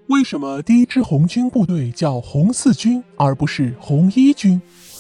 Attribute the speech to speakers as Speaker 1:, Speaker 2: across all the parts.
Speaker 1: 为什么第一支红军部队叫红四军而不是红一军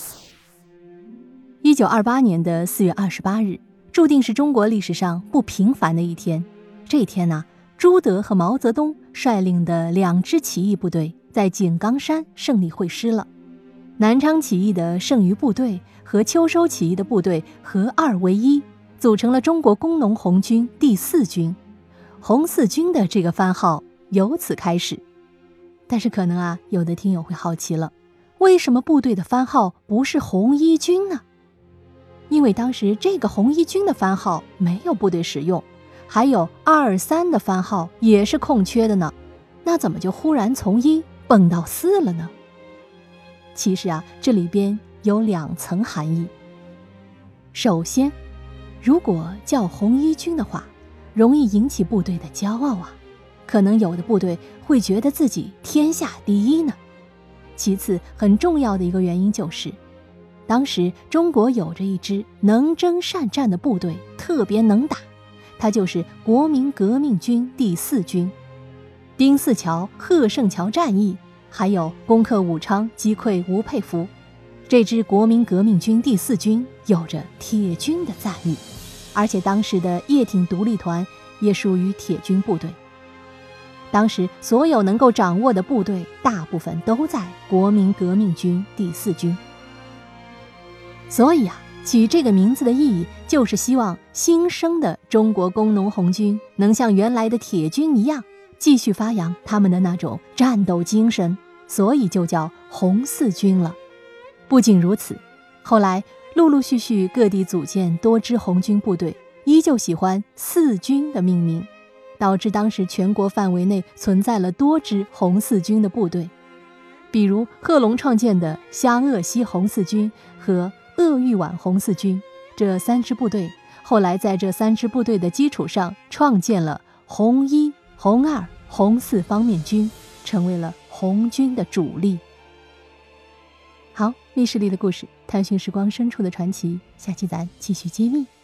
Speaker 2: ？1928年的4月28日，注定是中国历史上不平凡的一天。这一天呢，朱德和毛泽东率领的2支起义部队在井冈山胜利会师了。南昌起义的剩余部队和秋收起义的部队合二为一，组成了中国工农红军第4军。红四军的这个番号由此开始。但是可能有的听友会好奇了，为什么部队的番号不是红一军呢？因为当时这个红一军的番号没有部队使用，还有223的番号也是空缺的呢，那怎么就忽然从1蹦到4了呢？其实这里边有2层含义。首先，如果叫红一军的话，容易引起部队的骄傲可能有的部队会觉得自己天下第一呢。其次，很重要的一个原因就是，当时中国有着一支能征善战的部队，特别能打，它就是国民革命军第4军。丁四桥、贺胜桥战役，还有攻克武昌、击溃吴佩孚，这支国民革命军第4军有着铁军的赞誉，而且当时的叶挺独立团也属于铁军部队。当时所有能够掌握的部队大部分都在国民革命军第4军。所以取这个名字的意义就是希望新生的中国工农红军能像原来的铁军一样，继续发扬他们的那种战斗精神，所以就叫红四军了。不仅如此，后来陆陆续续各地组建多支红军部队，依旧喜欢四军的命名，导致当时全国范围内存在了多支红四军的部队。比如贺龙创建的湘鄂西红四军和鄂豫皖红四军，这3支部队后来在这3支部队的基础上创建了红1、红2、红4方面军，成为了红军的主力。好，历史里的故事，探寻时光深处的传奇，下期咱继续揭秘。